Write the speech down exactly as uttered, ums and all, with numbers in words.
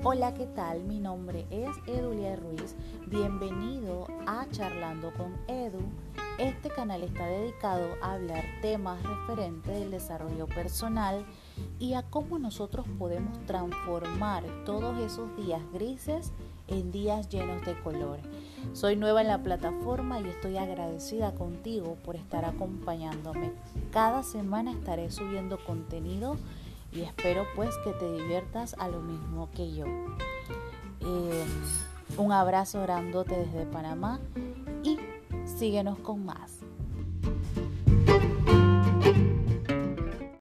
Hola, ¿qué tal? Mi nombre es Edulia Ruiz. Bienvenido a Charlando con Edu. Este canal está dedicado a hablar temas referentes del desarrollo personal y a cómo nosotros podemos transformar todos esos días grises en días llenos de color. Soy nueva en la plataforma y estoy agradecida contigo por estar acompañándome. Cada semana estaré subiendo contenido y espero pues que te diviertas a lo mismo que yo. Eh, un abrazo grandote desde Panamá y síguenos con más.